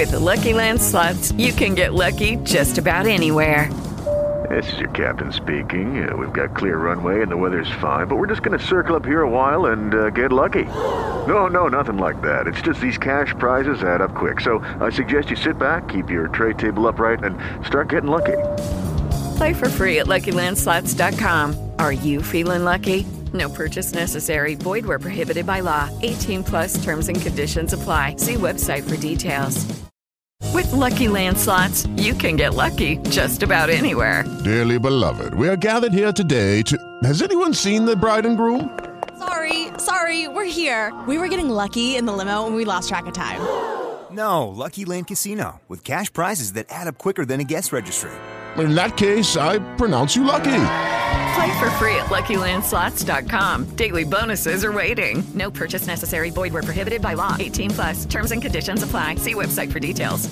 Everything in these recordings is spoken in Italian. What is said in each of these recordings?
With Lucky Land Slots, you can get lucky just about anywhere. This is your captain speaking. We've got clear runway and the weather's fine, but we're just going to circle up here a while and get lucky. No, nothing like that. It's just these cash prizes add up quick. So I suggest you sit back, keep your tray table upright, and start getting lucky. Play for free at LuckyLandSlots.com. Are you feeling lucky? No purchase necessary. Void where prohibited by law. 18 plus terms and conditions apply. See website for details. With Lucky Land Slots, you can get lucky just about anywhere. Dearly beloved, we are gathered here today to... Has anyone seen the bride and groom? Sorry, we're here. We were getting lucky in the limo and we lost track of time. No, Lucky Land Casino, with cash prizes that add up quicker than a guest registry. In that case, I pronounce you lucky. Play for free at LuckyLandSlots.com. Daily bonuses are waiting. No purchase necessary. Void where prohibited by law. 18 plus. Terms and conditions apply. See website for details.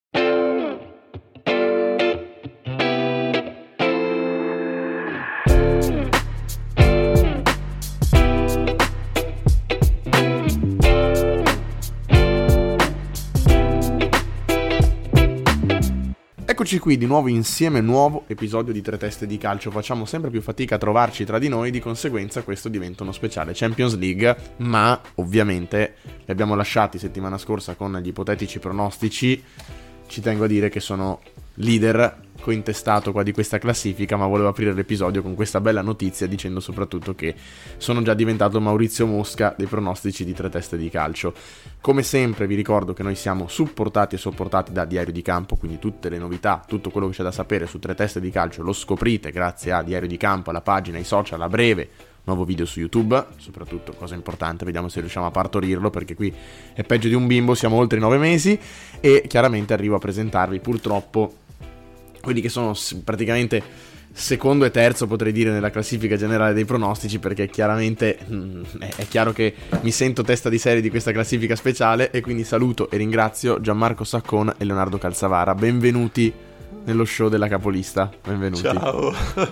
Eccoci qui di nuovo insieme, nuovo episodio di Tre Teste di Calcio. Facciamo sempre più fatica a trovarci tra di noi, di conseguenza questo diventa uno speciale Champions League, ma ovviamente li abbiamo lasciati settimana scorsa con gli ipotetici pronostici. Ci tengo a dire che sono leader cointestato qua di questa classifica, ma volevo aprire l'episodio con questa bella notizia dicendo soprattutto che sono già diventato Maurizio Mosca dei pronostici di Tre Teste di Calcio. Come sempre vi ricordo che noi siamo supportati e sopportati da Diario di Campo, quindi tutte le novità, tutto quello che c'è da sapere su Tre Teste di Calcio lo scoprite grazie a Diario di Campo, alla pagina, ai social, a breve nuovo video su YouTube, soprattutto cosa importante, vediamo se riusciamo a partorirlo perché qui è peggio di un bimbo, siamo oltre i 9 mesi e chiaramente arrivo a presentarvi purtroppo quelli che sono praticamente secondo e terzo, potrei dire, nella classifica generale dei pronostici, perché chiaramente è chiaro che mi sento testa di serie di questa classifica speciale e quindi saluto e ringrazio Gianmarco Saccon e Leonardo Calzavara. Benvenuti nello show della Capolista, benvenuti. Ciao.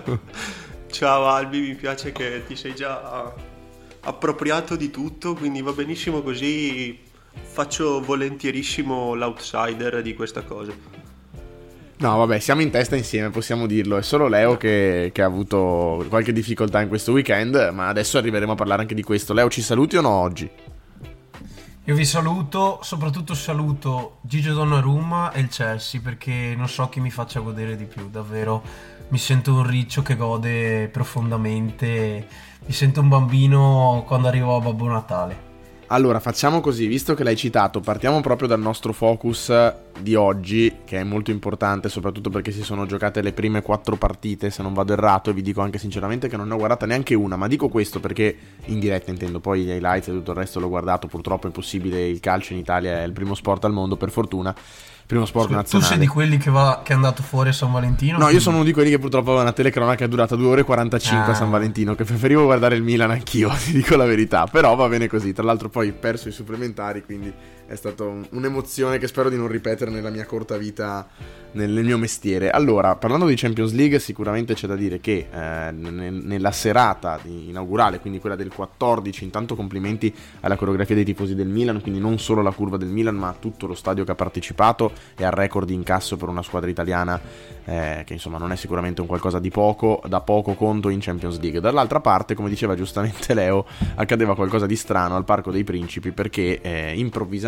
Ciao Albi, mi piace che ti sei già appropriato di tutto, quindi va benissimo così, faccio volentierissimo l'outsider di questa cosa. No, vabbè, siamo in testa insieme, possiamo dirlo. È solo Leo che ha avuto qualche difficoltà in questo weekend, ma adesso arriveremo a parlare anche di questo. Leo, ci saluti o no oggi? Io vi saluto, soprattutto saluto Gigio Donnarumma e il Chelsea, perché non so chi mi faccia godere di più, davvero. Mi sento un riccio che gode profondamente, mi sento un bambino quando arrivo a Babbo Natale. Allora, facciamo così, visto che l'hai citato, partiamo proprio dal nostro focus di oggi, che è molto importante, soprattutto perché si sono giocate le prime 4 partite, se non vado errato, e vi dico anche sinceramente che non ne ho guardata neanche una, ma dico questo perché, in diretta intendo, poi gli highlights e tutto il resto l'ho guardato, purtroppo è impossibile, il calcio in Italia è il primo sport al mondo, per fortuna, primo sport nazionale. Tu sei di quelli che è andato fuori a San Valentino? No, io sono uno di quelli che purtroppo aveva una telecronaca durata 2 ore e 45 a San Valentino, che preferivo guardare il Milan anch'io, ti dico la verità, però va bene così. Tra l'altro poi perso i supplementari, quindi è stata un'emozione che spero di non ripetere nella mia corta vita nel mio mestiere. Allora, parlando di Champions League, sicuramente c'è da dire che nella serata inaugurale, quindi quella del 14, intanto complimenti alla coreografia dei tifosi del Milan, quindi non solo la curva del Milan ma tutto lo stadio che ha partecipato e al record di incasso per una squadra italiana che insomma non è sicuramente un qualcosa di da poco conto in Champions League. Dall'altra parte, come diceva giustamente Leo, accadeva qualcosa di strano al Parco dei Principi, perché improvvisamente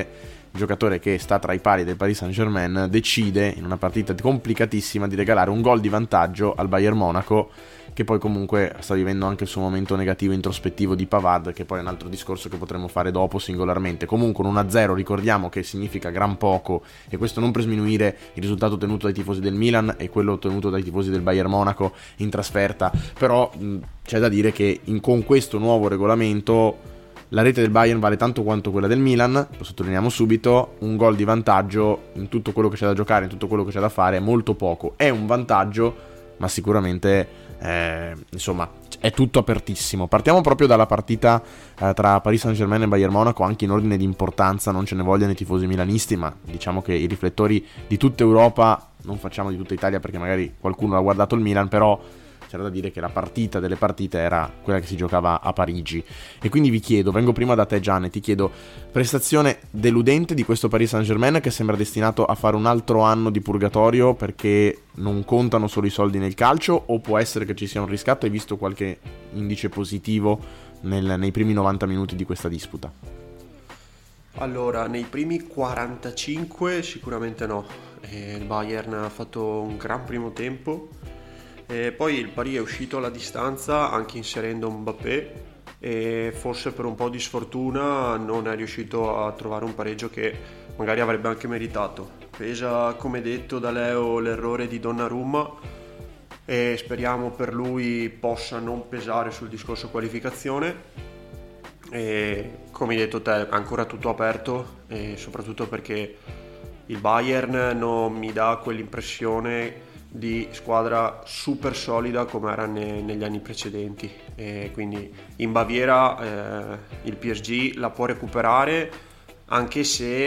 il giocatore che sta tra i pali del Paris Saint-Germain decide in una partita complicatissima di regalare un gol di vantaggio al Bayern Monaco, che poi comunque sta vivendo anche il suo momento negativo introspettivo di Pavard, che poi è un altro discorso che potremo fare dopo singolarmente. Comunque un 1-0 ricordiamo che significa gran poco, e questo non per sminuire il risultato ottenuto dai tifosi del Milan e quello ottenuto dai tifosi del Bayern Monaco in trasferta, però c'è da dire che con questo nuovo regolamento la rete del Bayern vale tanto quanto quella del Milan, lo sottolineiamo subito. Un gol di vantaggio in tutto quello che c'è da giocare, in tutto quello che c'è da fare, è molto poco. È un vantaggio, ma sicuramente insomma è tutto apertissimo. Partiamo proprio dalla partita tra Paris Saint-Germain e Bayern Monaco, anche in ordine di importanza, non ce ne vogliono i tifosi milanisti, ma diciamo che i riflettori di tutta Europa, non facciamo di tutta Italia perché magari qualcuno ha guardato il Milan, però c'era da dire che la partita delle partite era quella che si giocava a Parigi. E quindi vi chiedo, vengo prima da te Gianni, ti chiedo, prestazione deludente di questo Paris Saint-Germain che sembra destinato a fare un altro anno di purgatorio perché non contano solo i soldi nel calcio, o può essere che ci sia un riscatto? Hai visto qualche indice positivo nei primi 90 minuti di questa disputa? Allora, nei primi 45 sicuramente no. Il Bayern ha fatto un gran primo tempo, poi il Paris è uscito alla distanza anche inserendo Mbappé, e forse per un po' di sfortuna non è riuscito a trovare un pareggio che magari avrebbe anche meritato. Pesa, come detto da Leo, l'errore di Donnarumma, e speriamo per lui possa non pesare sul discorso qualificazione. E come hai detto te, ancora tutto aperto, e soprattutto perché il Bayern non mi dà quell'impressione di squadra super solida come era negli anni precedenti, e quindi in Baviera il PSG la può recuperare, anche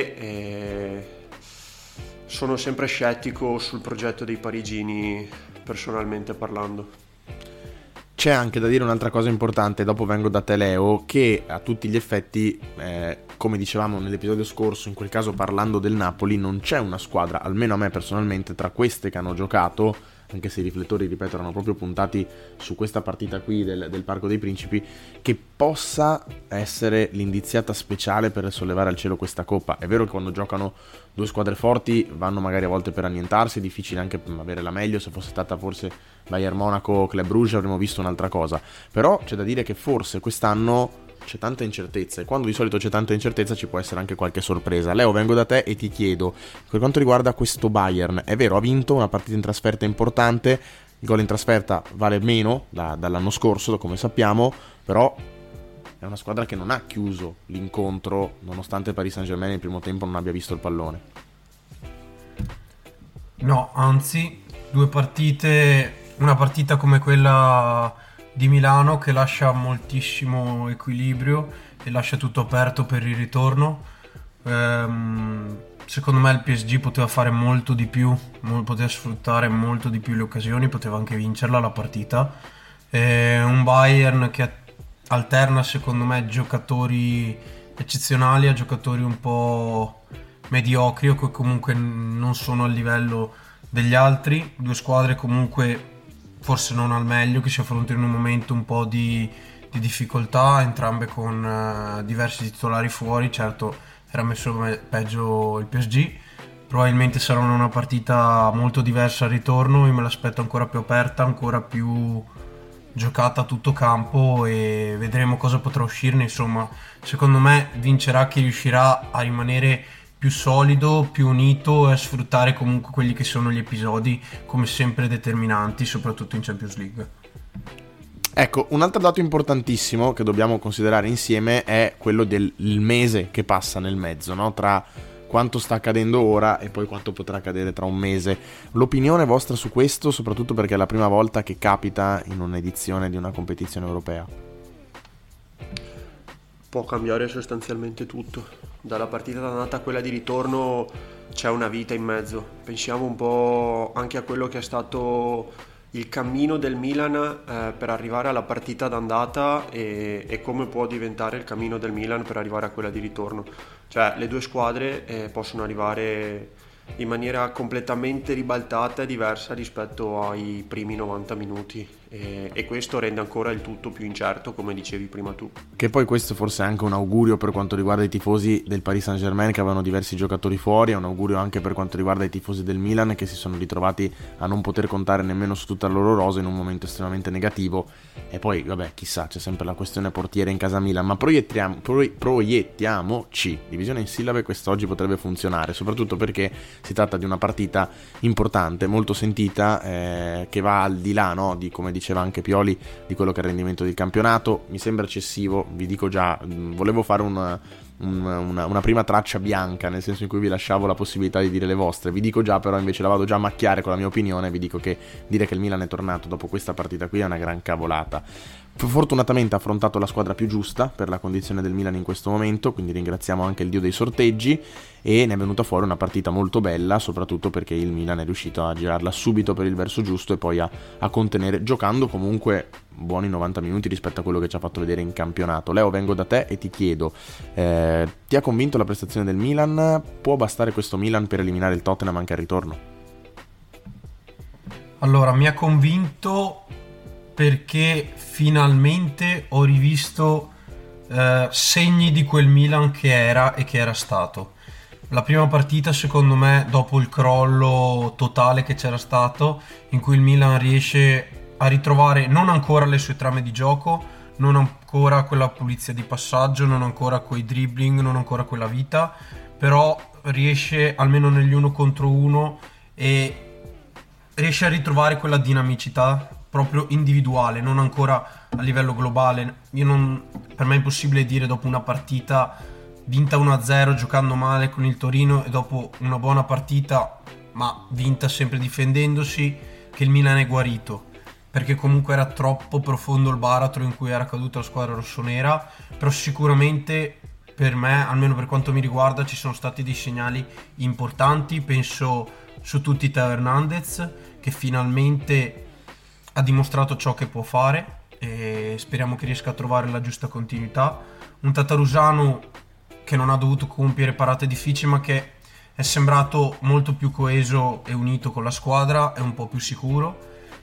se sono sempre scettico sul progetto dei parigini, personalmente parlando. C'è anche da dire un'altra cosa importante, dopo vengo da te Leo, che a tutti gli effetti, come dicevamo nell'episodio scorso, in quel caso parlando del Napoli, non c'è una squadra, almeno a me personalmente, tra queste che hanno giocato, anche se i riflettori, ripeto, erano proprio puntati su questa partita qui del Parco dei Principi, che possa essere l'indiziata speciale per sollevare al cielo questa coppa. È vero che quando giocano due squadre forti vanno magari a volte per annientarsi, è difficile anche avere la meglio. Se fosse stata forse Bayern Monaco, Club Brugge avremmo visto un'altra cosa, però c'è da dire che forse quest'anno c'è tanta incertezza, e quando di solito c'è tanta incertezza ci può essere anche qualche sorpresa. Leo, vengo da te e ti chiedo, per quanto riguarda questo Bayern, è vero, ha vinto una partita in trasferta importante, il gol in trasferta vale meno dall'anno scorso, come sappiamo, però è una squadra che non ha chiuso l'incontro, nonostante Paris Saint-Germain nel primo tempo non abbia visto il pallone. No, anzi, due partite, una partita come quella di Milano che lascia moltissimo equilibrio e lascia tutto aperto per il ritorno. Secondo me il PSG poteva fare molto di più, poteva sfruttare molto di più le occasioni, poteva anche vincerla la partita. Un Bayern che alterna secondo me giocatori eccezionali a giocatori un po' mediocri o che comunque non sono al livello degli altri, due squadre comunque forse non al meglio, che si affrontano in un momento un po' di difficoltà, entrambe con diversi titolari fuori. Certo era messo peggio il PSG, probabilmente sarà una partita molto diversa al ritorno, io me l'aspetto ancora più aperta, ancora più giocata a tutto campo, e vedremo cosa potrà uscirne. Insomma, secondo me vincerà chi riuscirà a rimanere più solido, più unito, e a sfruttare comunque quelli che sono gli episodi come sempre determinanti, soprattutto in Champions League. Ecco, un altro dato importantissimo che dobbiamo considerare insieme è quello del mese che passa nel mezzo, no? Tra quanto sta accadendo ora e poi quanto potrà accadere tra un mese. L'opinione vostra su questo, soprattutto perché è la prima volta che capita in un'edizione di una competizione europea? Può cambiare sostanzialmente tutto. Dalla partita d'andata a quella di ritorno c'è una vita in mezzo. Pensiamo un po' anche a quello che è stato il cammino del Milan per arrivare alla partita d'andata e come può diventare il cammino del Milan per arrivare a quella di ritorno. Cioè le due squadre possono arrivare in maniera completamente ribaltata e diversa rispetto ai primi 90 minuti, e questo rende ancora il tutto più incerto, come dicevi prima tu. Che poi questo forse è anche un augurio per quanto riguarda i tifosi del Paris Saint-Germain che avevano diversi giocatori fuori, è un augurio anche per quanto riguarda i tifosi del Milan che si sono ritrovati a non poter contare nemmeno su tutta la loro rosa in un momento estremamente negativo. E poi vabbè, chissà, c'è sempre la questione portiere in casa Milan, ma proiettiamoci, divisione in sillabe quest'oggi potrebbe funzionare, soprattutto perché si tratta di una partita importante, molto sentita, che va al di là, no, di, come diceva anche Pioli, di quello che è il rendimento del campionato. Mi sembra eccessivo, vi dico già, volevo fare una prima traccia bianca, nel senso in cui vi lasciavo la possibilità di dire le vostre, vi dico già, però invece la vado già a macchiare con la mia opinione, vi dico che dire che il Milan è tornato dopo questa partita qui è una gran cavolata. fortunatamente ha affrontato la squadra più giusta per la condizione del Milan in questo momento, quindi ringraziamo anche il dio dei sorteggi, e ne è venuta fuori una partita molto bella, soprattutto perché il Milan è riuscito a girarla subito per il verso giusto e poi a contenere, giocando comunque buoni 90 minuti rispetto a quello che ci ha fatto vedere in campionato. Leo, vengo da te e ti chiedo, ti ha convinto la prestazione del Milan? Può bastare questo Milan per eliminare il Tottenham anche al ritorno? Allora, mi ha convinto perché finalmente ho rivisto segni di quel Milan che era e che era stato. La prima partita, secondo me, dopo il crollo totale che c'era stato, in cui il Milan riesce a ritrovare non ancora le sue trame di gioco, non ancora quella pulizia di passaggio, non ancora quei dribbling, non ancora quella vita, però riesce almeno negli 1 contro 1 e riesce a ritrovare quella dinamicità proprio individuale, non ancora a livello globale. Per me è impossibile dire dopo una partita vinta 1-0 giocando male con il Torino e dopo una buona partita ma vinta sempre difendendosi che il Milan è guarito, perché comunque era troppo profondo il baratro in cui era caduta la squadra rossonera. Però sicuramente per me, almeno per quanto mi riguarda, ci sono stati dei segnali importanti. Penso su tutti Teo Hernandez, che finalmente ha dimostrato ciò che può fare e speriamo che riesca a trovare la giusta continuità. Un Tatarusanu che non ha dovuto compiere parate difficili, ma che è sembrato molto più coeso e unito con la squadra, è un po' più sicuro.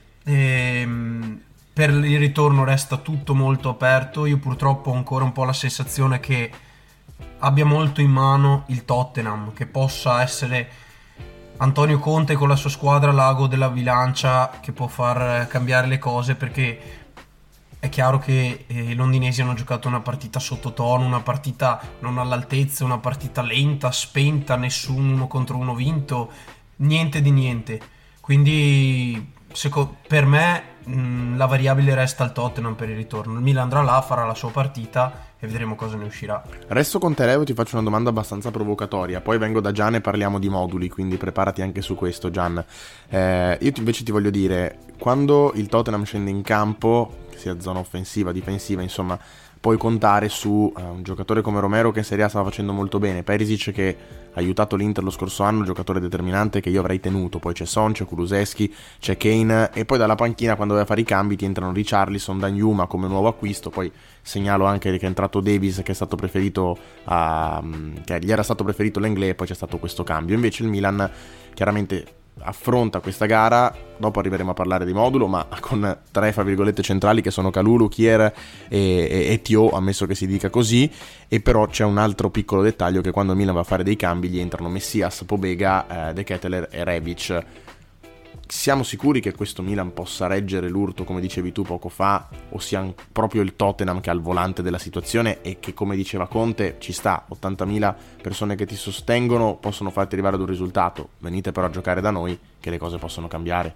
Per il ritorno resta tutto molto aperto. Io purtroppo ho ancora un po' la sensazione che abbia molto in mano il Tottenham, che possa essere Antonio Conte con la sua squadra l'ago della bilancia che può far cambiare le cose, perché è chiaro che i londinesi hanno giocato una partita sottotono, una partita non all'altezza, una partita lenta, spenta, nessun 1 contro 1 vinto, niente di niente. Quindi per me la variabile resta il Tottenham per il ritorno. Il Milan andrà là, farà la sua partita e vedremo cosa ne uscirà. Resto con te, Leo, ti faccio una domanda abbastanza provocatoria, poi vengo da Gian e parliamo di moduli, quindi preparati anche su questo, Gian. Io invece ti voglio dire, quando il Tottenham scende in campo, sia zona offensiva, difensiva, insomma, puoi contare su un giocatore come Romero che in Serie A stava facendo molto bene, Perisic che ha aiutato l'Inter lo scorso anno, giocatore determinante che io avrei tenuto, poi c'è Son, c'è Kulusevski, c'è Kane, e poi dalla panchina quando vai a fare i cambi ti entrano Richarlison, Danjuma come nuovo acquisto. Poi segnalo anche che è entrato Davies, che è stato preferito che gli era stato preferito l'Englè, e poi c'è stato questo cambio. Invece il Milan chiaramente affronta questa gara, dopo arriveremo a parlare di modulo, ma con 3 fra virgolette centrali che sono Kalulu, Kier e Thio, ammesso che si dica così. E però c'è un altro piccolo dettaglio, che quando il Milan va a fare dei cambi gli entrano Messias, Pobega, De Ketelaere e Rebic. Siamo sicuri che questo Milan possa reggere l'urto, come dicevi tu poco fa, o sia proprio il Tottenham che è al volante della situazione e che, come diceva Conte, ci sta, 80.000 persone che ti sostengono possono farti arrivare ad un risultato, venite però a giocare da noi che le cose possono cambiare?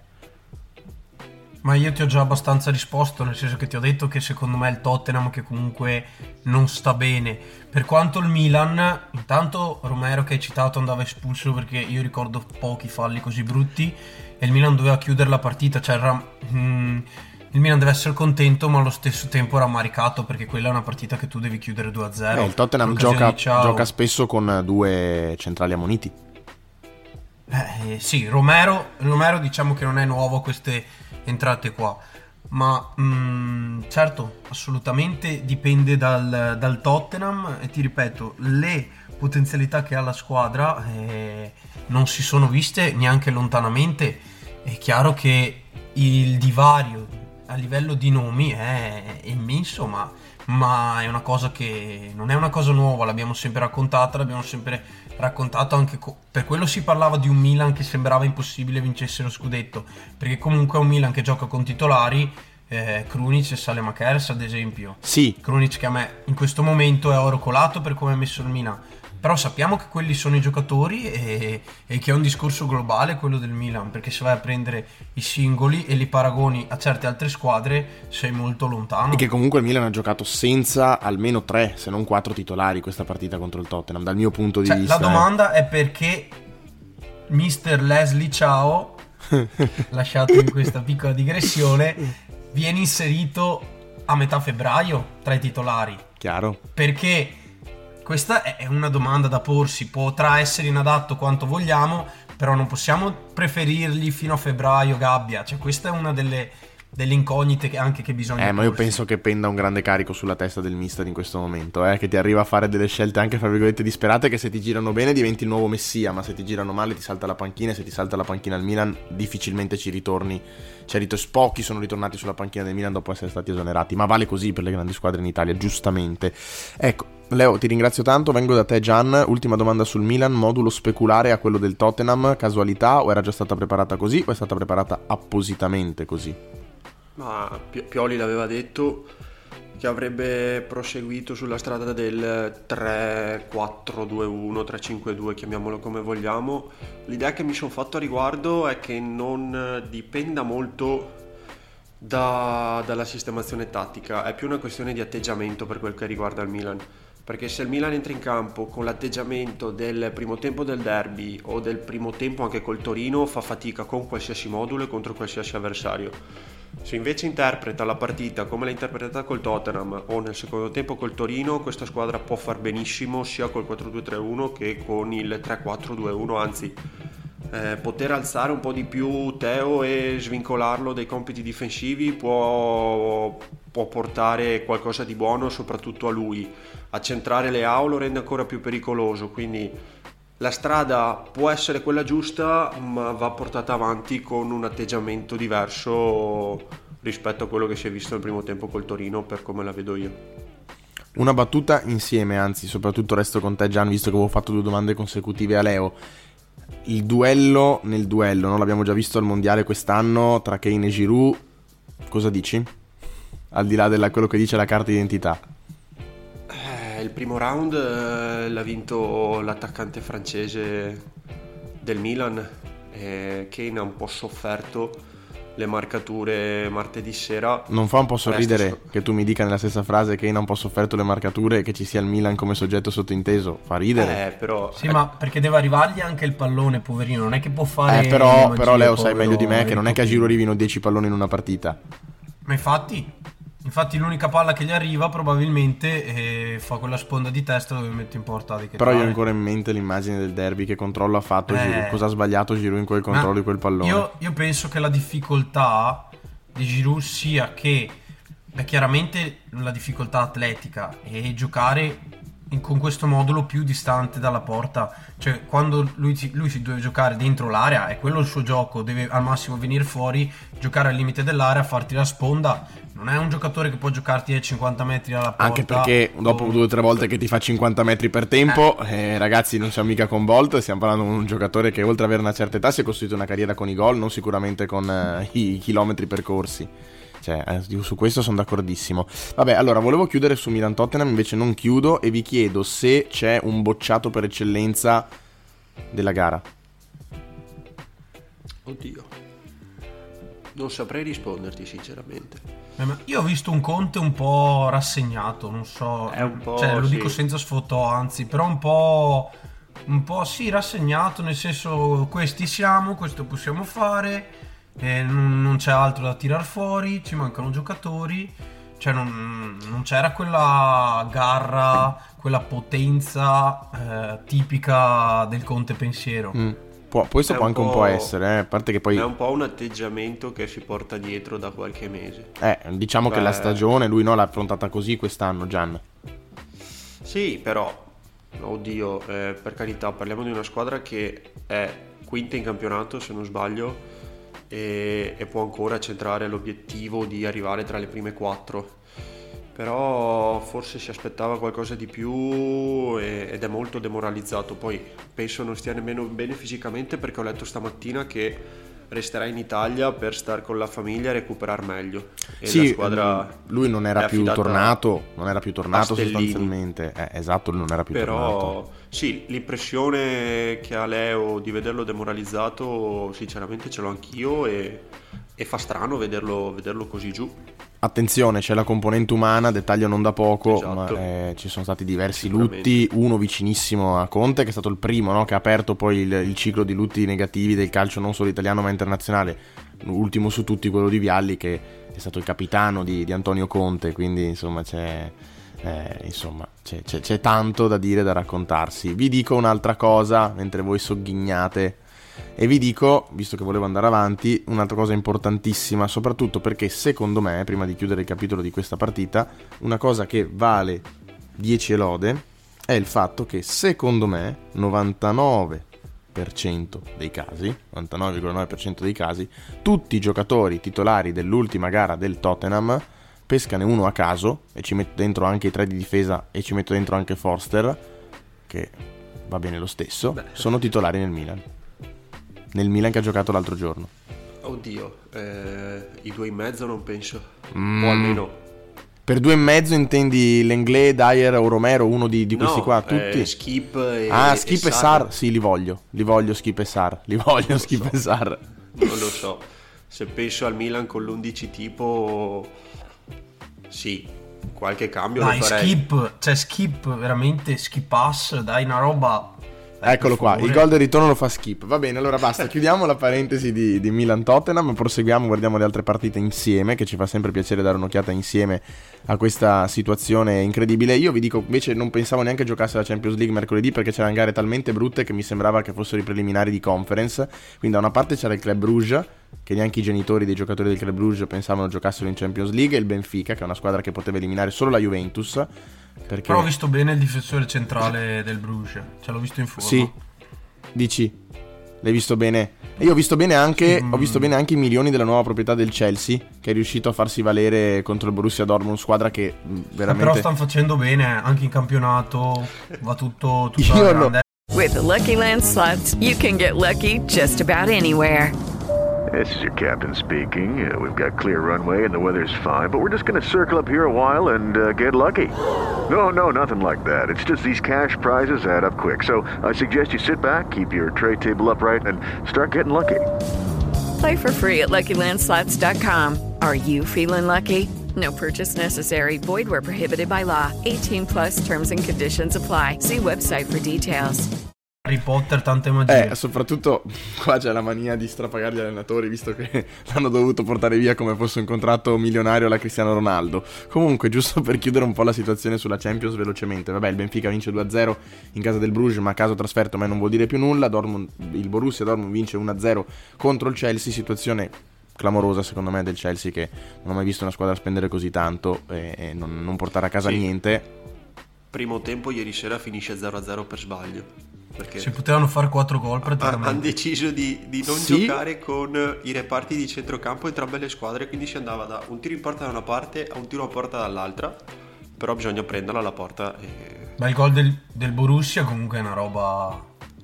Ma io ti ho già abbastanza risposto, nel senso che ti ho detto che secondo me è il Tottenham che comunque non sta bene. Per quanto il Milan, intanto Romero che hai citato andava espulso, perché io ricordo pochi falli così brutti e il Milan doveva chiudere la partita, cioè il Milan deve essere contento ma allo stesso tempo rammaricato, perché quella è una partita che tu devi chiudere 2-0. Il Tottenham gioca spesso con 2 centrali ammoniti. Sì, Romero diciamo che non è nuovo a queste entrate qua, ma certo, assolutamente dipende dal Tottenham. E ti ripeto, le potenzialità che ha la squadra non si sono viste neanche lontanamente. È chiaro che il divario a livello di nomi è immenso, ma è una cosa che non è una cosa nuova, l'abbiamo sempre raccontata anche per quello si parlava di un Milan che sembrava impossibile vincesse lo scudetto, perché comunque è un Milan che gioca con titolari, Krunic e Saelemaekers ad esempio. Sì. Krunic che a me in questo momento è oro colato per come è messo il Milan, però sappiamo che quelli sono i giocatori e che è un discorso globale quello del Milan, perché se vai a prendere i singoli e li paragoni a certe altre squadre sei molto lontano. E che comunque il Milan ha giocato senza almeno 3 se non 4 titolari questa partita contro il Tottenham, dal mio punto di vista. La domanda è perché Mr. Leslie Ciao lasciatemi questa piccola digressione, viene inserito a metà febbraio tra i titolari. Chiaro. Perché questa è una domanda da porsi. Potrà essere inadatto quanto vogliamo, però non possiamo preferirli fino a febbraio, Gabbia. Cioè, questa è una delle incognite che bisogna ma io porsi. penso che penda un grande carico sulla testa del mister in questo momento, che ti arriva a fare delle scelte anche fra virgolette disperate, che se ti girano bene diventi il nuovo messia, ma se ti girano male ti salta la panchina, e se ti salta la panchina al Milan difficilmente ci ritorni. Pochi sono ritornati sulla panchina del Milan dopo essere stati esonerati, ma vale così per le grandi squadre in Italia, giustamente. Ecco, Leo, ti ringrazio tanto, vengo da te Gian. Ultima domanda sul Milan, modulo speculare a quello del Tottenham, casualità o era già stata preparata così o è stata preparata appositamente così? Ma Pioli l'aveva detto che avrebbe proseguito sulla strada del 3-4-2-1, 3-5-2, chiamiamolo come vogliamo. L'idea che mi sono fatto a riguardo è che non dipenda molto dalla sistemazione tattica, è più una questione di atteggiamento per quel che riguarda il Milan. Perché se il Milan entra in campo con l'atteggiamento del primo tempo del derby o del primo tempo anche col Torino, fa fatica con qualsiasi modulo e contro qualsiasi avversario. Se invece interpreta la partita come l'ha interpretata col Tottenham o nel secondo tempo col Torino, questa squadra può far benissimo sia col 4-2-3-1 che con il 3-4-2-1, anzi poter alzare un po' di più Teo e svincolarlo dai compiti difensivi può portare qualcosa di buono soprattutto a lui. Accentrare Leao lo rende ancora più pericoloso, quindi la strada può essere quella giusta, ma va portata avanti con un atteggiamento diverso rispetto a quello che si è visto nel primo tempo col Torino, per come la vedo io. Una battuta insieme, anzi soprattutto resto con te Gian, visto che avevo fatto 2 domande consecutive a Leo. Il duello nel duello, non l'abbiamo già visto al mondiale quest'anno tra Kane e Giroud, cosa dici? Al di là di quello che dice la carta d'identità. Il primo round l'ha vinto l'attaccante francese del Milan, Kane ha un po' sofferto le marcature martedì sera. Non fa un po' sorridere che tu mi dica nella stessa frase che Kane ha un po' sofferto le marcature e che ci sia il Milan come soggetto sottointeso? Fa ridere. Però sì, ma perché deve arrivargli anche il pallone, poverino, non è che può fare però Leo sai meglio di me che non è che a giro arrivino 10 palloni in una partita. Ma infatti l'unica palla che gli arriva probabilmente fa quella sponda di testa dove mette in porta di che. Però io ho ancora in mente l'immagine del derby, che controllo ha fatto Giroud, cosa ha sbagliato Giroud in quel controllo di quel pallone. Io penso che la difficoltà di Giroud sia che chiaramente la difficoltà atletica e giocare con questo modulo più distante dalla porta, cioè quando lui si deve giocare dentro l'area, è quello il suo gioco, deve al massimo venire fuori, giocare al limite dell'area, farti la sponda. Non è un giocatore che può giocarti ai 50 metri alla porta. Anche perché dopo 2 o 3 volte che ti fa 50 metri per tempo, ragazzi, non siamo mica con Bolt, stiamo parlando di un giocatore che oltre ad avere una certa età si è costruito una carriera con i gol, non sicuramente con i chilometri percorsi. Cioè, su questo sono d'accordissimo. Vabbè, allora, volevo chiudere su Milan-Tottenham, invece non chiudo e vi chiedo se c'è un bocciato per eccellenza della gara. Oddio, non saprei risponderti sinceramente. Io ho visto un Conte un po' rassegnato, non so, è un po', lo dico senza sfottò, anzi, però un po' sì, rassegnato, nel senso, questi siamo, questo possiamo fare, non c'è altro da tirar fuori, ci mancano giocatori, cioè non c'era quella garra, quella potenza tipica del Conte pensiero. Questo può anche un po' essere, a parte che poi è un po' un atteggiamento che si porta dietro da qualche mese. Diciamo che la stagione lui l'ha affrontata così quest'anno, Gian. Sì, però oddio, per carità, parliamo di una squadra che è quinta in campionato se non sbaglio e può ancora centrare l'obiettivo di arrivare tra le prime 4. Però forse si aspettava qualcosa di più ed è molto demoralizzato. Poi penso non stia nemmeno bene fisicamente, perché ho letto stamattina che resterà in Italia per stare con la famiglia e recuperare meglio. E sì, la squadra lui non era più tornato sostanzialmente. Esatto, lui non era più tornato. Però sì, l'impressione che ha Leo di vederlo demoralizzato sinceramente ce l'ho anch'io e fa strano vederlo così giù. Attenzione, c'è la componente umana, dettaglio non da poco, Esatto. ma ci sono stati diversi lutti, uno vicinissimo a Conte, che è stato il primo, no, che ha aperto poi il ciclo di lutti negativi del calcio non solo italiano ma internazionale. Ultimo su tutti quello di Vialli, che è stato il capitano di Antonio Conte, quindi insomma c'è tanto da dire, da raccontarsi. Vi dico un'altra cosa mentre voi sogghignate, e vi dico, visto che volevo andare avanti, un'altra cosa importantissima, soprattutto perché secondo me, prima di chiudere il capitolo di questa partita, una cosa che vale 10 lode è il fatto che secondo me 99,9% dei casi, tutti i giocatori titolari dell'ultima gara del Tottenham, pescane uno a caso, e ci metto dentro anche i tre di difesa e ci metto dentro anche Forster, che va bene lo stesso, sono titolari nel Milan che ha giocato l'altro giorno. Oddio, i due in mezzo non penso, o almeno... Per 2,5 intendi Lenglet, Dyer o Romero, uno di questi qua, tutti? Skip e Skip e Sarr, sì, li voglio Skip e Sarr, Skip e Sarr. Non lo so, se penso al Milan con l'11 tipo, sì, qualche cambio dai, lo farei. Skip, veramente, skippass, dai, una roba... Eccolo qua, il gol del ritorno lo fa Skip. Va bene, allora basta, chiudiamo la parentesi di Milan-Tottenham, proseguiamo, guardiamo le altre partite insieme, che ci fa sempre piacere dare un'occhiata insieme a questa situazione incredibile. Io vi dico, invece non pensavo neanche giocasse la Champions League mercoledì, perché c'erano gare talmente brutte che mi sembrava che fossero i preliminari di Conference. Quindi da una parte c'era il Club Brugge, che neanche i genitori dei giocatori del Club Brugge pensavano giocassero in Champions League, e il Benfica, che è una squadra che poteva eliminare solo la Juventus. Perché... Però ho visto bene il difensore centrale del Bruges, ce l'ho visto in forma. Sì, dici? L'hai visto bene? E io ho visto bene anche i milioni della nuova proprietà del Chelsea, che è riuscito a farsi valere contro il Borussia Dortmund, squadra che veramente... Però stanno facendo bene, anche in campionato va tutto alla grande. With the Lucky Land Slots, you can get lucky just about anywhere. This is your captain speaking. We've got clear runway and the weather's fine, but we're just going to circle up here a while and get lucky. No, nothing like that. It's just these cash prizes add up quick. So I suggest you sit back, keep your tray table upright, and start getting lucky. Play for free at LuckyLandSlots.com. Are you feeling lucky? No purchase necessary. Void where prohibited by law. 18+ terms and conditions apply. See website for details. Harry Potter, tante magie. Soprattutto qua c'è la mania di strapagare gli allenatori, visto che l'hanno dovuto portare via come fosse un contratto milionario alla Cristiano Ronaldo. Comunque, giusto per chiudere un po' la situazione sulla Champions velocemente, vabbè, il Benfica vince 2-0 in casa del Bruges, ma a caso trasferto, ma non vuol dire più nulla. Il Borussia Dortmund vince 1-0 contro il Chelsea, situazione clamorosa secondo me del Chelsea, che non ho mai visto una squadra spendere così tanto e non portare a casa niente. Primo tempo ieri sera finisce 0-0 per sbaglio, perché si potevano fare 4 gol praticamente. Hanno deciso di non giocare con i reparti di centrocampo entrambe le squadre, quindi si andava da un tiro in porta da una parte a un tiro a porta dall'altra, però bisogna prenderla alla porta Ma il gol del Borussia comunque è una roba...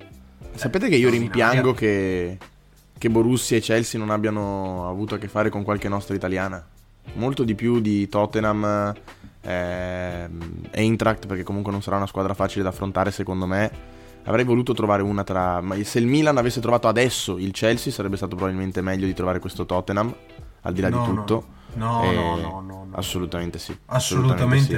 Sapete che io rimpiango che Borussia e Chelsea non abbiano avuto a che fare con qualche nostra italiana, molto di più di Tottenham e Eintracht, perché comunque non sarà una squadra facile da affrontare secondo me. Avrei voluto trovare una ma se il Milan avesse trovato adesso il Chelsea, sarebbe stato probabilmente meglio di trovare questo Tottenham, al di là di tutto. No. Assolutamente sì. Assolutamente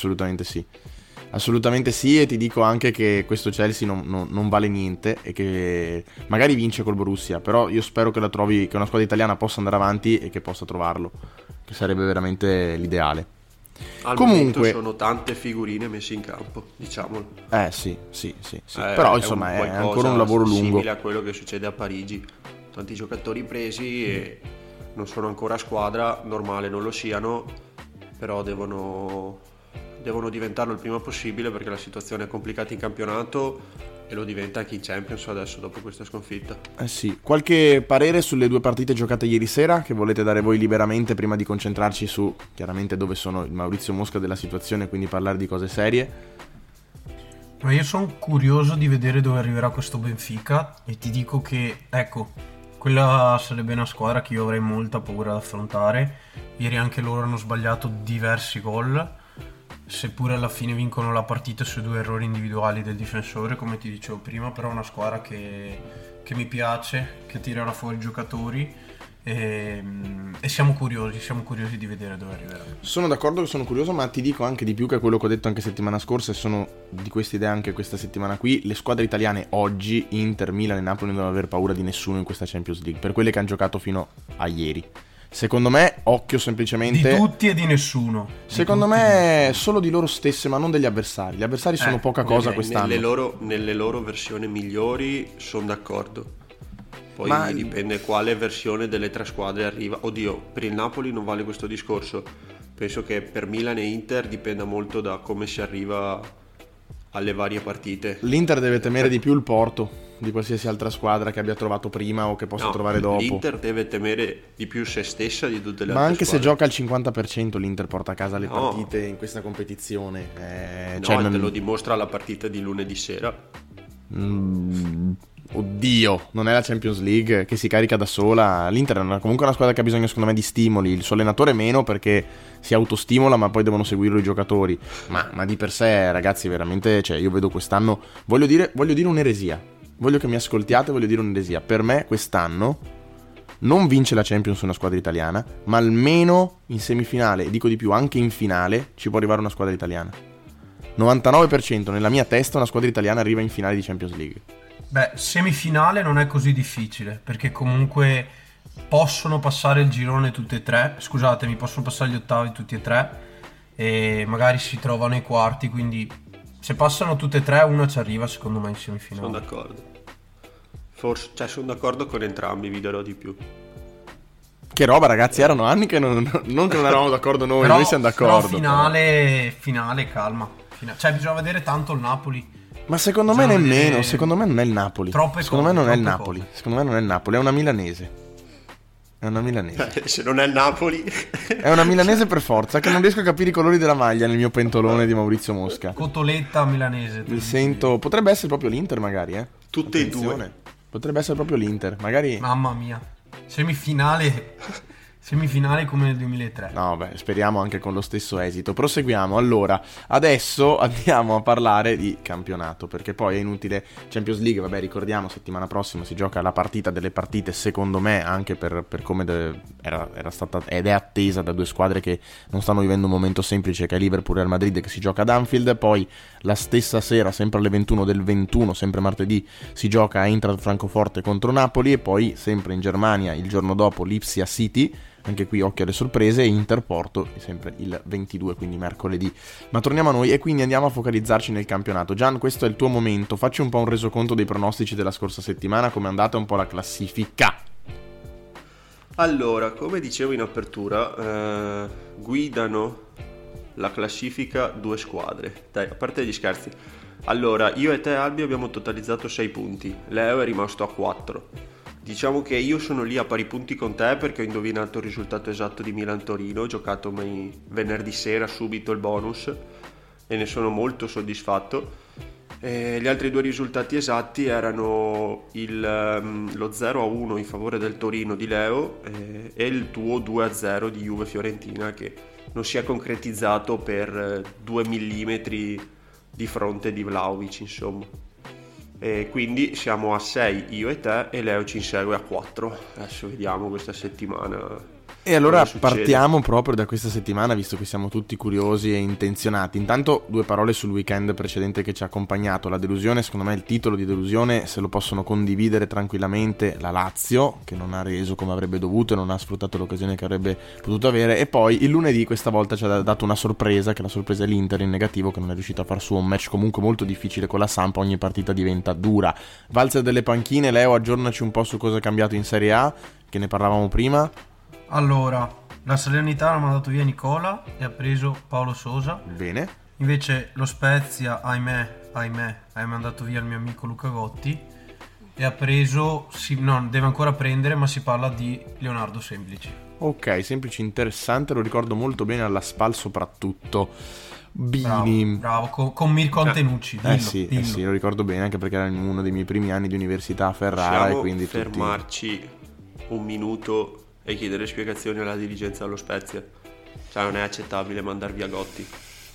sì, e ti dico anche che questo Chelsea non vale niente e che magari vince col Borussia, però io spero che la trovi, che una squadra italiana possa andare avanti e che possa trovarlo, che sarebbe veramente l'ideale. Comunque sono tante figurine messe in campo, diciamolo. Sì. Però insomma è ancora un lavoro lungo, simile a quello che succede a Parigi. Tanti giocatori presi e non sono ancora squadra, normale non lo siano, però devono diventarlo il prima possibile, perché la situazione è complicata in campionato e lo diventa anche in Champions adesso dopo questa sconfitta. Sì. Qualche parere sulle due partite giocate ieri sera che volete dare voi liberamente, prima di concentrarci su chiaramente dove sono il Maurizio Mosca della situazione, quindi parlare di cose serie? Ma io sono curioso di vedere dove arriverà questo Benfica, e ti dico che ecco, quella sarebbe una squadra che io avrei molta paura ad affrontare. Ieri anche loro hanno sbagliato diversi gol, seppure alla fine vincono la partita sui 2 errori individuali del difensore, come ti dicevo prima. Però è una squadra che mi piace, che tirerà fuori i giocatori, e siamo curiosi di vedere dove arriverà. Sono d'accordo che sono curioso, ma ti dico anche di più che quello che ho detto anche settimana scorsa, e sono di questa idea anche questa settimana qui. Le squadre italiane oggi, Inter, Milan e Napoli, non devono aver paura di nessuno in questa Champions League, per quelle che hanno giocato fino a ieri. Secondo me, occhio semplicemente... Di tutti e di nessuno. Secondo me solo di loro stesse, ma non degli avversari. Gli avversari sono poca cosa quest'anno. Nelle loro versioni migliori sono d'accordo. Poi dipende quale versione delle tre squadre arriva. Oddio, per il Napoli non vale questo discorso. Penso che per Milan e Inter dipenda molto da come si arriva alle varie partite. L'Inter deve temere di più il Porto di qualsiasi altra squadra che abbia trovato prima o che possa trovare dopo. L'Inter deve temere di più se stessa di tutte le ma altre anche squadre. se gioca al 50% l'Inter porta a casa le partite in questa competizione. Te lo dimostra la partita di lunedì sera. Oddio, non è la Champions League che si carica da sola. L'Inter è comunque una squadra che ha bisogno secondo me di stimoli. Il suo allenatore meno, perché si autostimola, ma poi devono seguirlo i giocatori. Ma di per sé, ragazzi, veramente, cioè, io vedo quest'anno, voglio dire un'eresia. Voglio che mi ascoltiate, voglio dire un'eresia. Per me quest'anno non vince la Champions una squadra italiana, ma almeno in semifinale, e dico di più, anche in finale ci può arrivare una squadra italiana. 99% nella mia testa una squadra italiana arriva in finale di Champions League. Beh, semifinale non è così difficile, perché comunque possono passare il girone tutte e tre, scusatemi, possono passare gli ottavi tutti e tre, e magari si trovano ai quarti, quindi se passano tutte e tre una ci arriva secondo me in semifinale. Sono d'accordo. Sono d'accordo con entrambi, vi darò di più. Che roba, ragazzi, erano anni che non che non eravamo d'accordo noi, però, noi siamo d'accordo. Però finale calma. Cioè bisogna vedere tanto il Napoli. Ma secondo me nemmeno, secondo me non è il Napoli. Secondo me non è il Napoli. Secondo me non è il Napoli, è una milanese. È una milanese. Se non è il Napoli. È una milanese per forza, che non riesco a capire i colori della maglia nel mio pentolone di Maurizio Mosca. Cotoletta milanese. Mi sento, potrebbe essere proprio l'Inter magari, Tutte e Attenzione. due. Potrebbe essere proprio l'Inter, magari. Mamma mia. Semifinale come nel 2003. No, beh, speriamo anche con lo stesso esito. Proseguiamo. Allora, adesso andiamo a parlare di campionato, perché poi è inutile. Champions League, vabbè, ricordiamo, settimana prossima si gioca la partita delle partite, secondo me, anche per come era stata ed è attesa da due squadre che non stanno vivendo un momento semplice, che è Liverpool e Real Madrid, che si gioca ad Anfield. Poi la stessa sera, sempre alle 21 del 21, sempre martedì, si gioca a Eintracht Francoforte contro Napoli, e poi sempre in Germania il giorno dopo Lipsia City. Anche qui occhio alle sorprese, e Inter-Porto sempre il 22, quindi mercoledì. Ma torniamo a noi e quindi andiamo a focalizzarci nel campionato. Gian, questo è il tuo momento, facci un po' un resoconto dei pronostici della scorsa settimana, come è andata un po' la classifica. Allora, come dicevo in apertura, guidano la classifica due squadre. Dai, a parte gli scherzi. Allora, io e te, Albi, abbiamo totalizzato 6 punti, Leo è rimasto a 4. Diciamo che io sono lì a pari punti con te, perché ho indovinato il risultato esatto di Milan-Torino, ho giocato venerdì sera subito il bonus e ne sono molto soddisfatto. Gli altri due risultati esatti erano lo 0-1 in favore del Torino di Leo e il tuo 2-0 di Juve-Fiorentina, che non si è concretizzato per 2 millimetri di fronte di Vlahovic, insomma. E quindi siamo a 6 io e te, e Leo ci insegue a 4. Adesso vediamo questa settimana. E allora partiamo proprio da questa settimana, visto che siamo tutti curiosi e intenzionati. Intanto 2 parole sul weekend precedente che ci ha accompagnato. La delusione, secondo me il titolo di delusione se lo possono condividere tranquillamente la Lazio, che non ha reso come avrebbe dovuto e non ha sfruttato l'occasione che avrebbe potuto avere. E poi il lunedì questa volta ci ha dato una sorpresa, che la sorpresa è l'Inter in negativo, che non è riuscito a far suo un match comunque molto difficile con la Samp. Ogni partita diventa dura. Valzer delle panchine, Leo, aggiornaci un po' su cosa è cambiato in Serie A, che ne parlavamo prima. Allora, la Salernitana ha mandato via Nicola e ha preso Paolo Sosa. Bene. Invece lo Spezia, ahimè, ha mandato via il mio amico Luca Gotti e ha preso, deve ancora prendere, ma si parla di Leonardo Semplici. Ok, Semplici interessante, lo ricordo molto bene alla SPAL soprattutto. Bini. Bravo, con Mirko Antenucci. Dillo. Sì, lo ricordo bene, anche perché era in uno dei miei primi anni di università a Ferrara. Possiamo e quindi fermarci un minuto e chiedere spiegazioni alla dirigenza dello Spezia. Cioè, non è accettabile mandar via Gotti.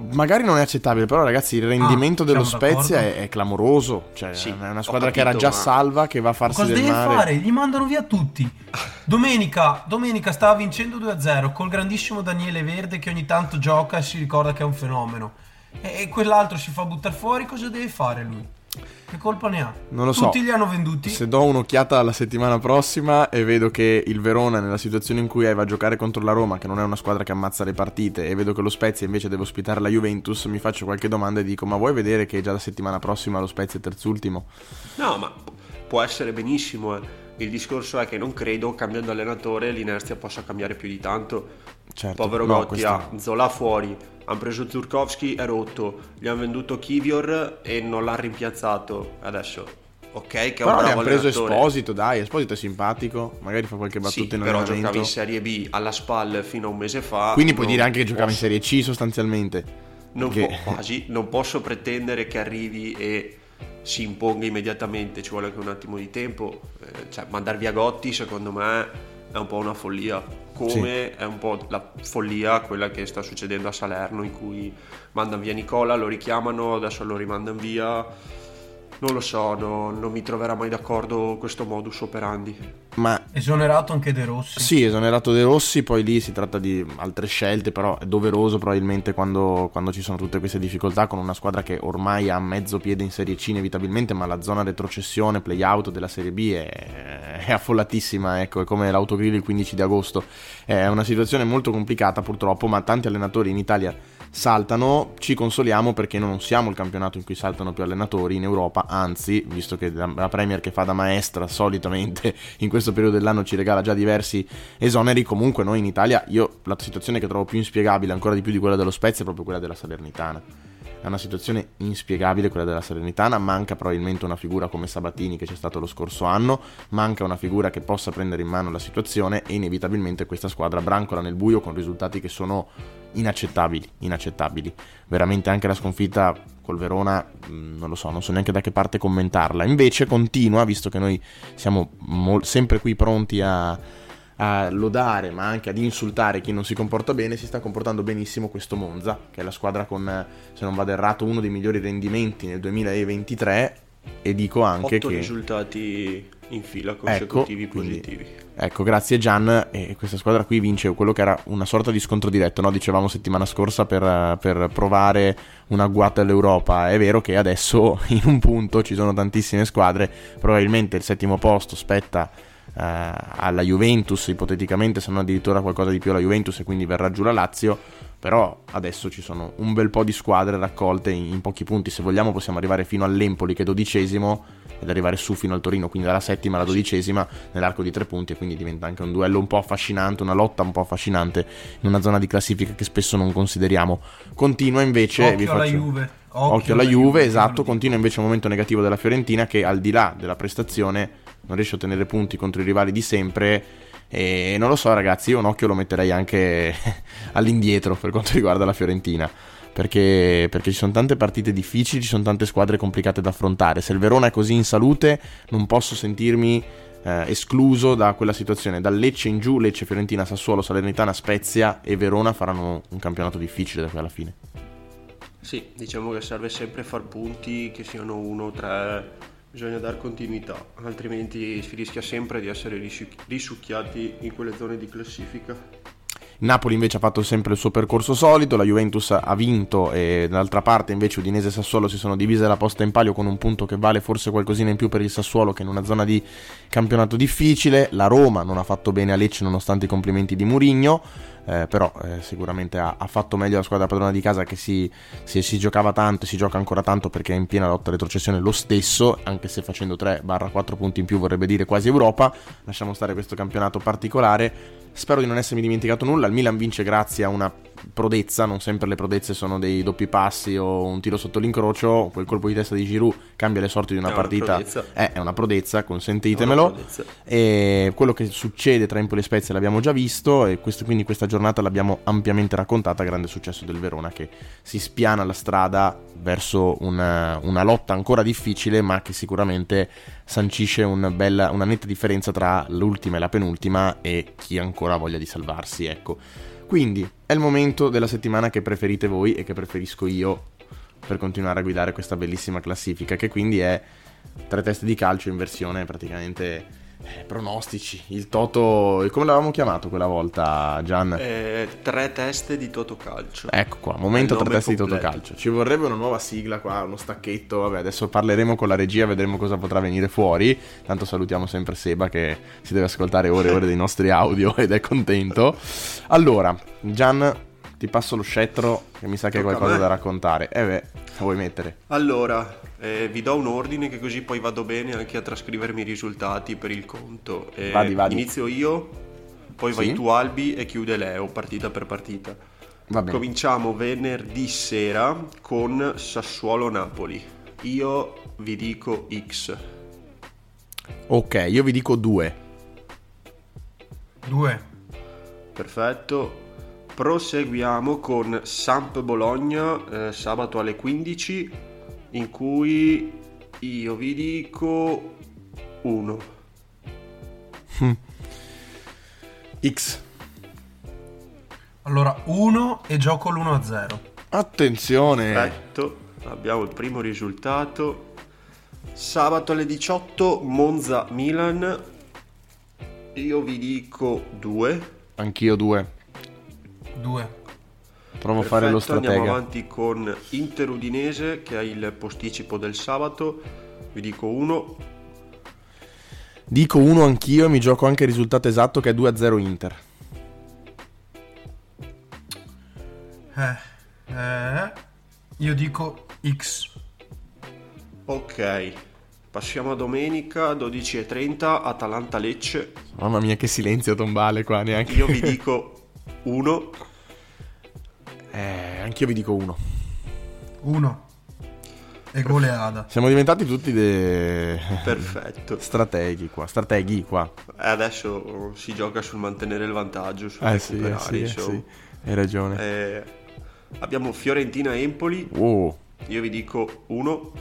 magari non è accettabile, però ragazzi il rendimento dello siamo Spezia d'accordo. è clamoroso, cioè Sì, è una ho squadra che capito, era già ma- salva, che va a farsi Cosa del deve mare. fare? Gli mandano via tutti. Domenica stava vincendo 2-0 col grandissimo Daniele Verde che ogni tanto gioca e si ricorda che è un fenomeno. E quell'altro si fa buttare fuori, cosa deve fare lui? Che colpa ne ha? Non lo so. Tutti li hanno venduti. Se do un'occhiata alla settimana prossima e vedo che il Verona nella situazione in cui è va a giocare contro la Roma, che non è una squadra che ammazza le partite, e vedo che lo Spezia invece deve ospitare la Juventus, mi faccio qualche domanda e dico: ma vuoi vedere che già la settimana prossima lo Spezia è terzultimo? No, ma può essere benissimo. Il discorso è che non credo, cambiando allenatore, l'inerzia possa cambiare più di tanto. Certo, Povero no, Gotti ha Zola fuori, hanno preso Zurkowski, è rotto, gli hanno venduto Kivior e non l'hanno rimpiazzato. Adesso, ok, che è un Però ne bravo hanno preso allenatore. Esposito, dai, Esposito è simpatico, magari fa qualche battuta Sì, in però allenamento. giocava in Serie B alla SPAL fino a un mese fa. Quindi puoi non dire anche che giocava in posso- Serie C sostanzialmente. Non Perché- quasi, non posso pretendere che arrivi e si imponga immediatamente, ci vuole anche un attimo di tempo. Cioè, mandar via Gotti secondo me è un po' una follia, come è un po' la follia quella che sta succedendo a Salerno, in cui mandano via Nicola, lo richiamano, adesso lo rimandano via. Non lo so, non mi troverà mai d'accordo questo modus operandi. Ma Esonerato anche De Rossi. sì, esonerato De Rossi, poi lì si tratta di altre scelte, però è doveroso probabilmente quando ci sono tutte queste difficoltà con una squadra che ormai ha mezzo piede in Serie C inevitabilmente, ma la zona retrocessione, play-out della Serie B è affollatissima, ecco, è come l'autogrill il 15 di agosto. È una situazione molto complicata purtroppo, ma tanti allenatori in Italia saltano, ci consoliamo perché non siamo il campionato in cui saltano più allenatori in Europa, anzi, visto che la Premier che fa da maestra solitamente in questo periodo dell'anno ci regala già diversi esoneri, comunque noi in Italia, io la situazione che trovo più inspiegabile ancora di più di quella dello Spezia è proprio quella della Salernitana. È una situazione inspiegabile quella della Salernitana, manca probabilmente una figura come Sabatini che c'è stato lo scorso anno, manca una figura che possa prendere in mano la situazione e inevitabilmente questa squadra brancola nel buio con risultati che sono inaccettabili. Veramente anche la sconfitta col Verona, non so neanche da che parte commentarla. Invece continua, visto che noi siamo sempre qui pronti a lodare ma anche ad insultare chi non si comporta bene, si sta comportando benissimo questo Monza, che è la squadra con, se non vado errato, uno dei migliori rendimenti nel 2023, e dico anche 8 che risultati in fila consecutivi positivi. Ecco, grazie Gian, e questa squadra qui vince quello che era una sorta di scontro diretto, no? Dicevamo settimana scorsa per provare un agguato all'Europa. È vero che adesso in un punto ci sono tantissime squadre, probabilmente il settimo posto spetta alla Juventus ipoteticamente, se non addirittura qualcosa di più alla Juventus, e quindi verrà giù la Lazio. Però adesso ci sono un bel po' di squadre raccolte in pochi punti. Se vogliamo possiamo arrivare fino all'Empoli che è 12° ed arrivare su fino al Torino, quindi dalla 7ª alla 12ª nell'arco di 3 punti, e quindi diventa anche un duello un po' affascinante, una lotta un po' affascinante in una zona di classifica che spesso non consideriamo. Continua invece Occhio alla Juve. Occhio alla Juve, esatto. Continua invece il momento negativo della Fiorentina, che al di là della prestazione non riesce a ottenere punti contro i rivali di sempre. E non lo so ragazzi, io un occhio lo metterei anche all'indietro per quanto riguarda la Fiorentina, perché ci sono tante partite difficili, ci sono tante squadre complicate da affrontare. Se il Verona è così in salute non posso sentirmi escluso da quella situazione. Dal Lecce in giù, Lecce, Fiorentina, Sassuolo, Salernitana, Spezia e Verona faranno un campionato difficile da qui alla fine. Sì, diciamo che serve sempre far punti, che siano 1 o 3, bisogna dar continuità, altrimenti si rischia sempre di essere risucchiati in quelle zone di classifica. Il Napoli invece ha fatto sempre il suo percorso solito, la Juventus ha vinto e dall'altra parte invece Udinese e Sassuolo si sono divise la posta in palio con un punto che vale forse qualcosina in più per il Sassuolo, che è in una zona di campionato difficile. La Roma non ha fatto bene a Lecce nonostante i complimenti di Mourinho, però sicuramente ha fatto meglio la squadra padrona di casa, che si giocava tanto e si gioca ancora tanto perché è in piena lotta retrocessione lo stesso, anche se facendo 3-4 punti in più vorrebbe dire quasi Europa. Lasciamo stare questo campionato particolare. Spero di non essermi dimenticato nulla. Il Milan vince grazie a una prodezza, non sempre le prodezze sono dei doppi passi o un tiro sotto l'incrocio. Quel colpo di testa di Giroud cambia le sorti di una partita. È una prodezza, consentitemelo. E quello che succede tra Empoli e Spezia l'abbiamo già visto, e quindi questa giornata l'abbiamo ampiamente raccontata. Grande successo del Verona, che si spiana la strada verso una lotta ancora difficile, ma che sicuramente sancisce una netta differenza tra l'ultima e la penultima e chi ancora ha voglia di salvarsi, ecco. Quindi è il momento della settimana che preferite voi e che preferisco io per continuare a guidare questa bellissima classifica, che quindi è 3 teste di calcio in versione praticamente pronostici. Il Toto, come l'avevamo chiamato quella volta, Gian? 3 teste di Totocalcio. Ecco qua, momento 3 teste completo. di Totocalcio. Ci vorrebbe una nuova sigla qua, uno stacchetto. Vabbè, adesso parleremo con la regia, vedremo cosa potrà venire fuori. Tanto salutiamo sempre Seba che si deve ascoltare ore e ore dei nostri audio ed è contento. Allora, Gian, ti passo lo scettro che mi sa che hai Tocca a qualcosa me. da raccontare. Beh, la vuoi mettere? Allora, vi do un ordine che così poi vado bene anche a trascrivermi i risultati per il conto. Vadi. Inizio io, poi vai Sì. tu Albi e chiude Leo, partita per partita. Va bene. Cominciamo venerdì sera con Sassuolo-Napoli. Io vi dico X. Ok, io vi dico 2. 2. Perfetto. Proseguiamo con Samp-Bologna sabato alle 15, in cui io vi dico 1. X. Allora 1 e gioco l'1-0. Attenzione. Perfetto, abbiamo il primo risultato. Sabato alle 18 Monza-Milan, io vi dico 2. Anch'io 2. 2. Provo a fare lo Andiamo stratega. avanti con Inter-Udinese, che è il posticipo del sabato, vi dico 1. Dico 1 anch'io e mi gioco anche il risultato esatto che è 2-0 Inter. Io dico X. Ok, passiamo a domenica 12:30 Atalanta-Lecce, Mamma mia che silenzio tombale qua, neanche. io vi dico 1. Anch'io vi dico 1. 1. E goleada. Siamo diventati tutti Perfetto. strateghi qua. Adesso si gioca sul mantenere il vantaggio, sul Sì, recuperare, insomma. sì, hai ragione. Abbiamo Fiorentina-Empoli, Oh, io vi dico 1.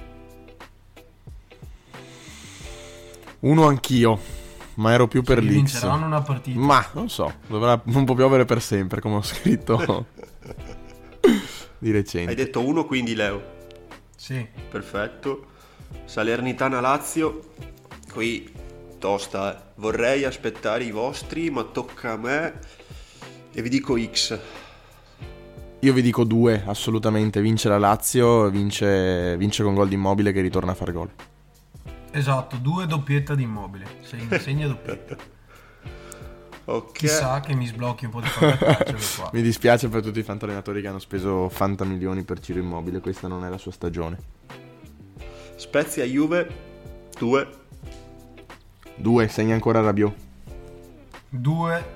1 anch'io, ma ero più per l'X. Vinceranno una partita. Ma non so, non può piovere per sempre, come ho scritto di recente. Hai detto 1, quindi Leo. Sì. Perfetto. Salernitana-Lazio, qui tosta, vorrei aspettare i vostri, ma tocca a me e vi dico X. Io vi dico 2, assolutamente. Vince la Lazio, vince con gol di Immobile che ritorna a far gol. Esatto, 2 doppietta di Immobile. Segna doppietta. Ok. Chissà che mi sblocchi un po' di calcio qua. Mi dispiace per tutti i fantallenatori che hanno speso 80 milioni per Ciro Immobile, questa non è la sua stagione. Spezia-Juve 2. 2, segna ancora Rabiot. 2.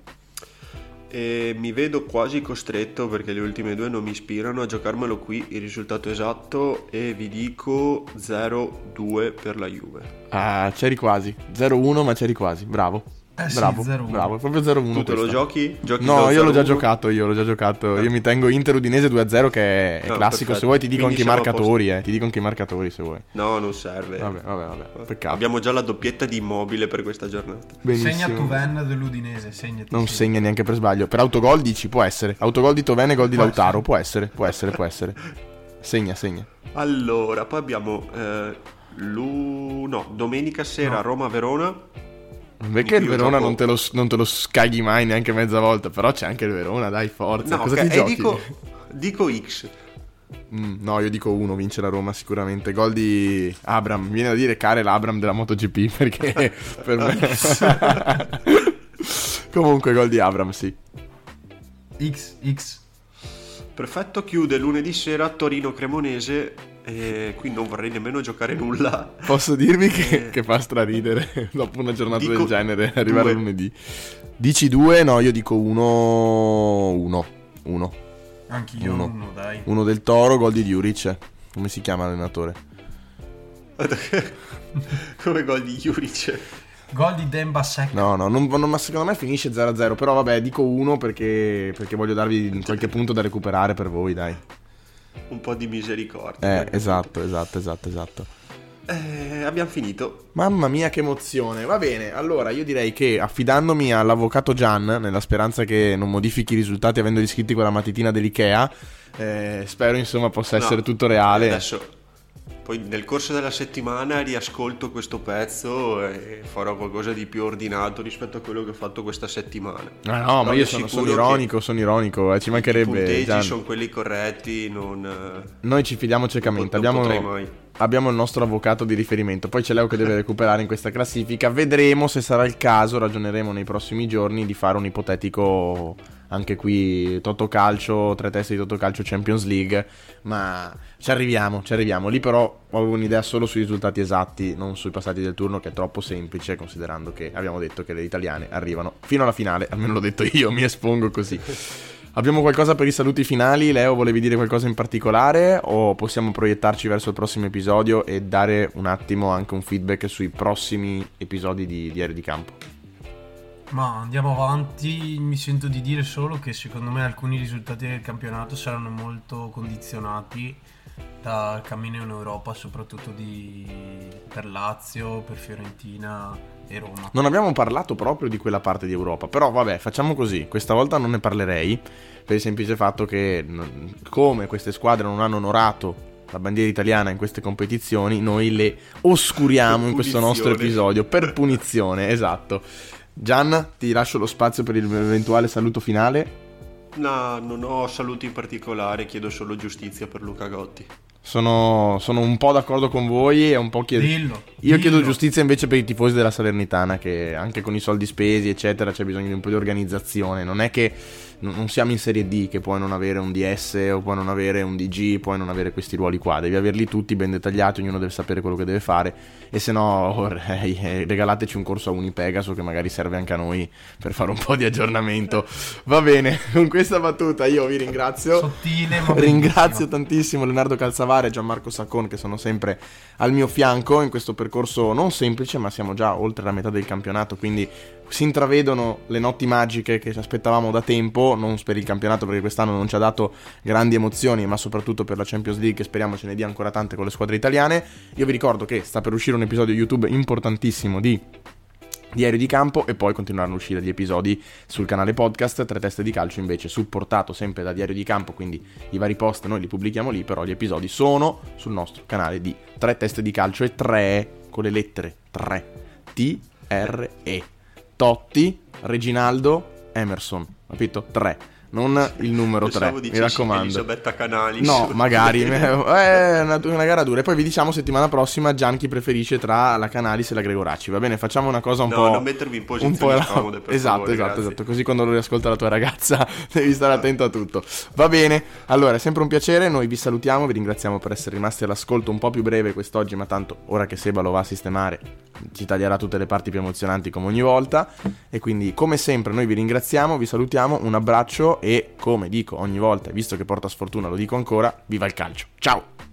E mi vedo quasi costretto, perché le ultime 2 non mi ispirano, a giocarmelo qui il risultato esatto e vi dico 0-2 per la Juve. Ah, c'eri quasi. 0-1, ma c'eri quasi. Bravo. Sì, Bravo, 0-1. bravo, è proprio 0-1. Tu te lo questa. giochi? Giochi No, io l'ho già 0-1? giocato, Io mi tengo Inter Udinese 2-0 che è No, classico. perfetto. Se vuoi ti dico Quindi anche i siamo a marcatori, ti dico anche i marcatori se vuoi. No, non serve. Vabbè, peccato. Abbiamo già la doppietta di Immobile per questa giornata. Benissimo. Segna Tuven dell'Udinese, segnati. Non segna neanche per sbaglio. Per autogol dici, può essere. Autogol di Toven e gol di Può Lautaro, può essere. Segna. Allora, poi abbiamo domenica sera Roma-Verona. Perché il Io Verona gioco- non te lo scaghi mai neanche mezza volta. Però c'è anche il Verona, dai, forza. No, Cosa ok, ti giochi? dico X. No, io dico 1, vince la Roma sicuramente. Gol di Abram, viene da dire Karel Abram della MotoGP perché per me comunque gol di Abram, sì. X. Perfetto, chiude lunedì sera Torino-Cremonese. E qui non vorrei nemmeno giocare nulla. Posso dirvi che fa straridere dopo una giornata Dico del genere arrivare 2. lunedì. Dici 2? No, io dico 1. Anch'io 1, dai. 1 del Toro, gol di Djuric. Come si chiama l'allenatore? Come gol di Juric. Gol di Demba Sec. No, ma secondo me finisce 0-0. Però vabbè, dico 1 perché voglio darvi qualche punto da recuperare per voi, dai. Un po' di misericordia. Esatto. Abbiamo finito. Mamma mia che emozione. Va bene, allora io direi che affidandomi all'avvocato Gian, nella speranza che non modifichi i risultati avendoli scritti con la matitina dell'Ikea, spero insomma possa essere tutto reale. Adesso poi nel corso della settimana riascolto questo pezzo e farò qualcosa di più ordinato rispetto a quello che ho fatto questa settimana. No, ma io sono ironico, ci mancherebbe. I punteggi Gian. sono quelli corretti, Noi ci fidiamo ciecamente, abbiamo il nostro avvocato di riferimento, poi c'è Leo che deve recuperare in questa classifica, vedremo se sarà il caso, ragioneremo nei prossimi giorni di fare un ipotetico, anche qui Totocalcio, 3 teste di Totocalcio Champions League, ma ci arriviamo, lì però avevo un'idea solo sui risultati esatti, non sui passati del turno, che è troppo semplice considerando che abbiamo detto che le italiane arrivano fino alla finale, almeno l'ho detto io, mi espongo così. Abbiamo qualcosa per i saluti finali? Leo, volevi dire qualcosa in particolare o possiamo proiettarci verso il prossimo episodio e dare un attimo anche un feedback sui prossimi episodi di Diario di Campo? Ma andiamo avanti, mi sento di dire solo che secondo me alcuni risultati del campionato saranno molto condizionati dal cammino in Europa, soprattutto per Lazio, per Fiorentina e Roma. Non abbiamo parlato proprio di quella parte di Europa, però vabbè, facciamo così, questa volta non ne parlerei per il semplice fatto che come queste squadre non hanno onorato la bandiera italiana in queste competizioni, noi le oscuriamo in questo nostro episodio per punizione, esatto. Gian, ti lascio lo spazio per l'eventuale saluto finale. No, non ho saluti in particolare, chiedo solo giustizia per Luca Gotti. Sono un po' d'accordo con voi e un po' chiedo. Io chiedo giustizia invece per i tifosi della Salernitana, che anche con i soldi spesi eccetera c'è bisogno di un po' di organizzazione. Non è che non siamo in Serie D che puoi non avere un DS o puoi non avere un DG, puoi non avere questi ruoli qua, devi averli tutti ben dettagliati, ognuno deve sapere quello che deve fare, e se no regalateci un corso a Unipegaso che magari serve anche a noi per fare un po' di aggiornamento. Va bene, con questa battuta io vi ringrazio, sottile, ma ringrazio tantissimo Leonardo Calzavare e Gianmarco Saccon che sono sempre al mio fianco in questo percorso non semplice, ma siamo già oltre la metà del campionato, quindi si intravedono le notti magiche che ci aspettavamo da tempo, non per il campionato perché quest'anno non ci ha dato grandi emozioni, ma soprattutto per la Champions League, che speriamo ce ne dia ancora tante con le squadre italiane. Io vi ricordo che sta per uscire un episodio YouTube importantissimo di Diario di Campo e poi continueranno a uscire gli episodi sul canale podcast. 3 teste di calcio invece supportato sempre da Diario di Campo, quindi i vari post noi li pubblichiamo lì, però gli episodi sono sul nostro canale di 3 teste di calcio, e 3 con le lettere 3 T-R-E. Totti, Reginaldo, Emerson, capito? 3, non il numero 3, mi raccomando. Elisabetta Canali. No, magari, è una gara dura. E poi vi diciamo settimana prossima Gian chi preferisce tra la Canalis e la Gregoracci, va bene? Facciamo una cosa un po'... No, non mettervi in posizioni scomode, per favore, esatto, così quando lo riascolta la tua ragazza devi stare attento a tutto. Va bene, allora è sempre un piacere, noi vi salutiamo, vi ringraziamo per essere rimasti all'ascolto, un po' più breve quest'oggi, ma tanto ora che Seba lo va a sistemare ci taglierà tutte le parti più emozionanti come ogni volta, e quindi come sempre noi vi ringraziamo, vi salutiamo, un abbraccio e come dico ogni volta, visto che porta sfortuna lo dico ancora, viva il calcio, ciao!